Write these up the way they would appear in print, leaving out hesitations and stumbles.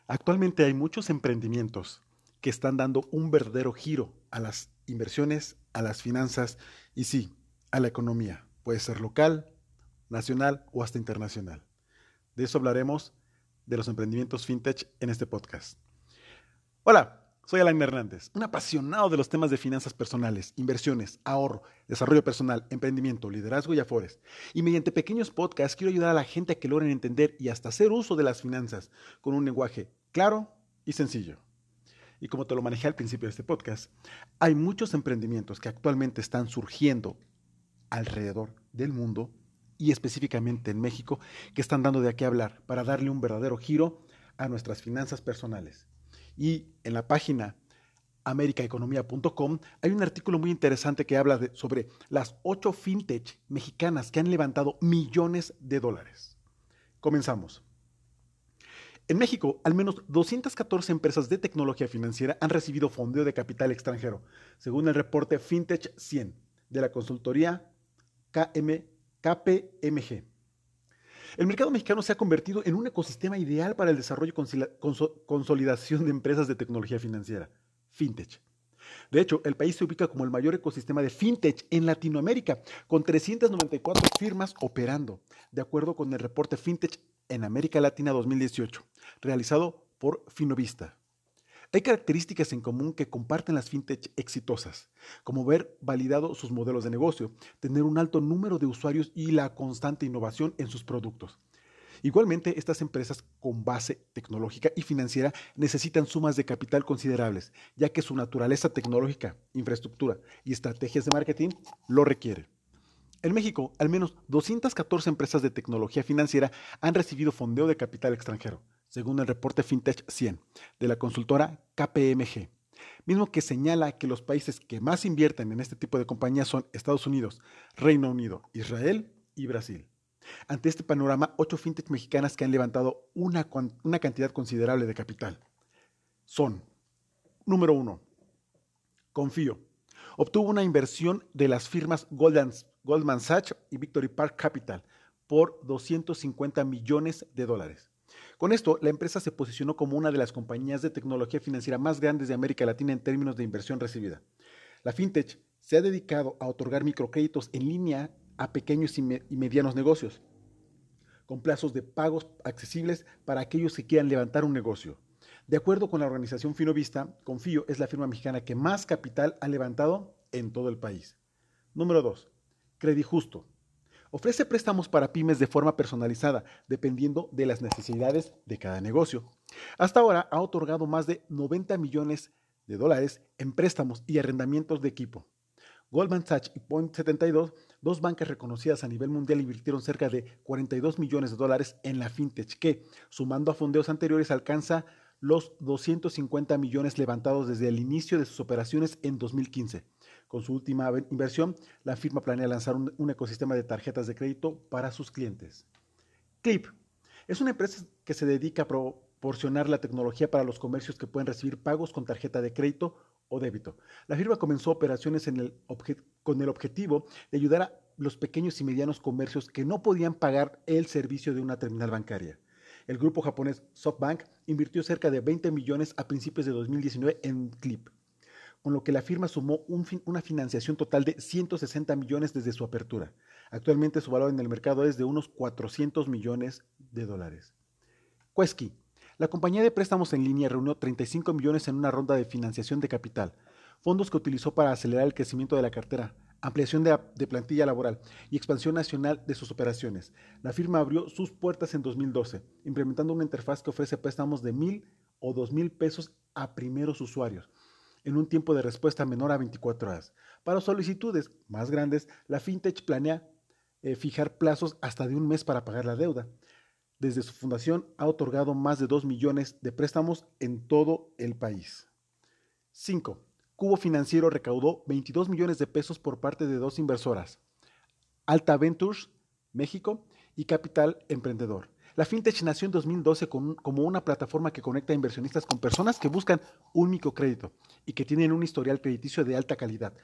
Actualmente hay muchos emprendimientos que están dando un verdadero giro a las inversiones, a las finanzas y sí, a la economía. Puede ser local, nacional o hasta internacional. De eso hablaremos de los emprendimientos fintech en este podcast. Hola, soy Alain Hernández, un apasionado de los temas de finanzas personales, inversiones, ahorro, desarrollo personal, emprendimiento, liderazgo y afores. Y mediante pequeños podcasts quiero ayudar a la gente a que logren entender y hasta hacer uso de las finanzas con un lenguaje claro y sencillo. Y como te lo manejé al principio de este podcast, hay muchos emprendimientos que actualmente están surgiendo alrededor del mundo y específicamente en México que están dando de qué hablar para darle un verdadero giro a nuestras finanzas personales. Y en la página americaeconomia.com hay un artículo muy interesante que habla sobre las 8 fintech mexicanas que han levantado millones de dólares. Comenzamos. En México, al menos 214 empresas de tecnología financiera han recibido fondeo de capital extranjero, según el reporte Fintech 100 de la consultoría KPMG. El mercado mexicano se ha convertido en un ecosistema ideal para el desarrollo y consolidación de empresas de tecnología financiera, fintech. De hecho, el país se ubica como el mayor ecosistema de fintech en Latinoamérica, con 394 firmas operando, de acuerdo con el reporte Fintech en América Latina 2018, realizado por Finovista. Hay características en común que comparten las fintech exitosas, como ver validado sus modelos de negocio, tener un alto número de usuarios y la constante innovación en sus productos. Igualmente, estas empresas con base tecnológica y financiera necesitan sumas de capital considerables, ya que su naturaleza tecnológica, infraestructura y estrategias de marketing lo requieren. En México, al menos 214 empresas de tecnología financiera han recibido fondeo de capital extranjero, según el reporte Fintech 100 de la consultora KPMG, mismo que señala que los países que más invierten en este tipo de compañías son Estados Unidos, Reino Unido, Israel y Brasil. Ante este panorama, 8 fintech mexicanas que han levantado una cantidad considerable de capital son: número 1, Confío. Obtuvo una inversión de las firmas Goldman Sachs y Victory Park Capital por 250 millones de dólares. Con esto, la empresa se posicionó como una de las compañías de tecnología financiera más grandes de América Latina en términos de inversión recibida. La fintech se ha dedicado a otorgar microcréditos en línea a pequeños y medianos negocios, con plazos de pagos accesibles para aquellos que quieran levantar un negocio. De acuerdo con la organización Finovista, Confío es la firma mexicana que más capital ha levantado en todo el país. Número 2. Credijusto. Ofrece préstamos para pymes de forma personalizada, dependiendo de las necesidades de cada negocio. Hasta ahora ha otorgado más de 90 millones de dólares en préstamos y arrendamientos de equipo. Goldman Sachs y Point72, dos bancas reconocidas a nivel mundial, invirtieron cerca de 42 millones de dólares en la fintech, que, sumando a fondeos anteriores, alcanza los 250 millones levantados desde el inicio de sus operaciones en 2015. Con su última inversión, la firma planea lanzar un ecosistema de tarjetas de crédito para sus clientes. Clip es una empresa que se dedica a proporcionar la tecnología para los comercios que pueden recibir pagos con tarjeta de crédito o débito. La firma comenzó operaciones con el objetivo de ayudar a los pequeños y medianos comercios que no podían pagar el servicio de una terminal bancaria. El grupo japonés SoftBank invirtió cerca de 20 millones a principios de 2019 en Clip, con lo que la firma sumó una financiación total de 160 millones desde su apertura. Actualmente su valor en el mercado es de unos 400 millones de dólares. Quesky. La compañía de préstamos en línea reunió 35 millones en una ronda de financiación de capital, fondos que utilizó para acelerar el crecimiento de la cartera, ampliación de plantilla laboral y expansión nacional de sus operaciones. La firma abrió sus puertas en 2012, implementando una interfaz que ofrece préstamos de 1,000 o 2,000 pesos a primeros usuarios, en un tiempo de respuesta menor a 24 horas. Para solicitudes más grandes, la fintech planea fijar plazos hasta de un mes para pagar la deuda. Desde su fundación ha otorgado más de 2 millones de préstamos en todo el país. 5. Cubo Financiero recaudó 22 millones de pesos por parte de 2 inversoras, Alta Ventures, México, y Capital Emprendedor. La fintech nació en 2012 como una plataforma que conecta a inversionistas con personas que buscan un microcrédito y que tienen un historial crediticio de alta calidad.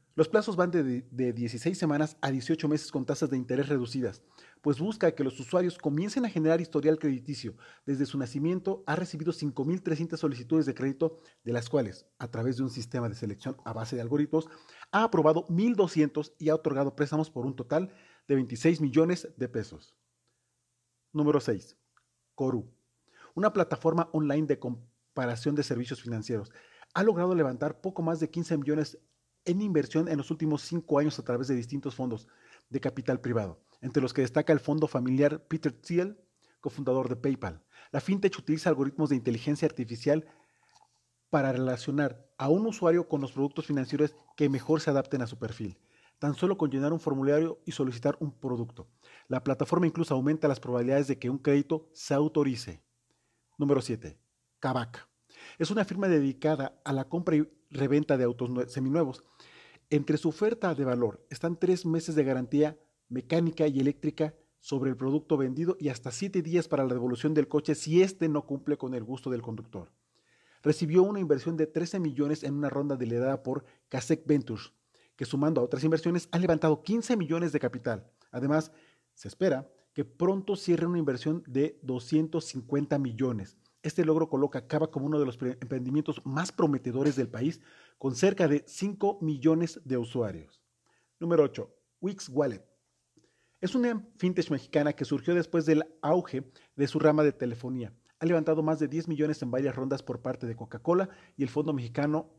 Los plazos van de 16 semanas a 18 meses con tasas de interés reducidas, pues busca que los usuarios comiencen a generar historial crediticio. Desde su nacimiento ha recibido 5.300 solicitudes de crédito, de las cuales, a través de un sistema de selección a base de algoritmos, ha aprobado 1.200 y ha otorgado préstamos por un total de 26 millones de pesos. Número 6. Coru, una plataforma online de comparación de servicios financieros. Ha logrado levantar poco más de 15 millones en inversión en los últimos 5 años a través de distintos fondos de capital privado, entre los que destaca el fondo familiar Peter Thiel, cofundador de PayPal. La fintech utiliza algoritmos de inteligencia artificial para relacionar a un usuario con los productos financieros que mejor se adapten a su perfil, tan solo con llenar un formulario y solicitar un producto. La plataforma incluso aumenta las probabilidades de que un crédito se autorice. Número 7. Kavak. Es una firma dedicada a la compra y reventa de autos seminuevos. Entre su oferta de valor están 3 meses de garantía mecánica y eléctrica sobre el producto vendido y hasta 7 días para la devolución del coche si éste no cumple con el gusto del conductor. Recibió una inversión de 13 millones en una ronda liderada por Kasek Ventures, que sumando a otras inversiones ha levantado 15 millones de capital. Además, se espera que pronto cierre una inversión de 250 millones. Este logro coloca a Kavak como uno de los emprendimientos más prometedores del país, con cerca de 5 millones de usuarios. Número 8. Wix Wallet. Es una fintech mexicana que surgió después del auge de su rama de telefonía. Ha levantado más de 10 millones en varias rondas por parte de Coca-Cola y el fondo mexicano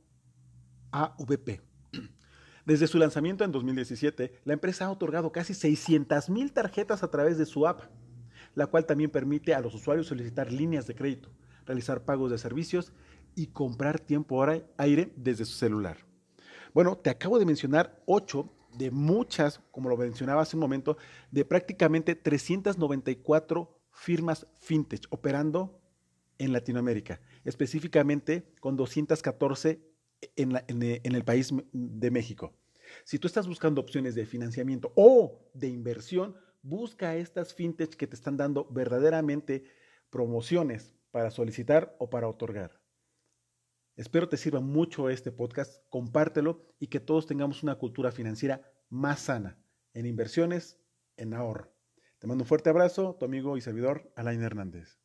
AVP. Desde su lanzamiento en 2017, la empresa ha otorgado casi 600,000 tarjetas a través de su app, la cual también permite a los usuarios solicitar líneas de crédito, realizar pagos de servicios y comprar tiempo aire desde su celular. Bueno, te acabo de mencionar 8 de muchas, como lo mencionaba hace un momento, de prácticamente 394 firmas fintech operando en Latinoamérica, específicamente con 214 en el país de México. Si tú estás buscando opciones de financiamiento o de inversión, busca estas fintech que te están dando verdaderamente promociones para solicitar o para otorgar. Espero te sirva mucho este podcast, compártelo y que todos tengamos una cultura financiera más sana en inversiones, en ahorro. Te mando un fuerte abrazo, tu amigo y servidor Alain Hernández.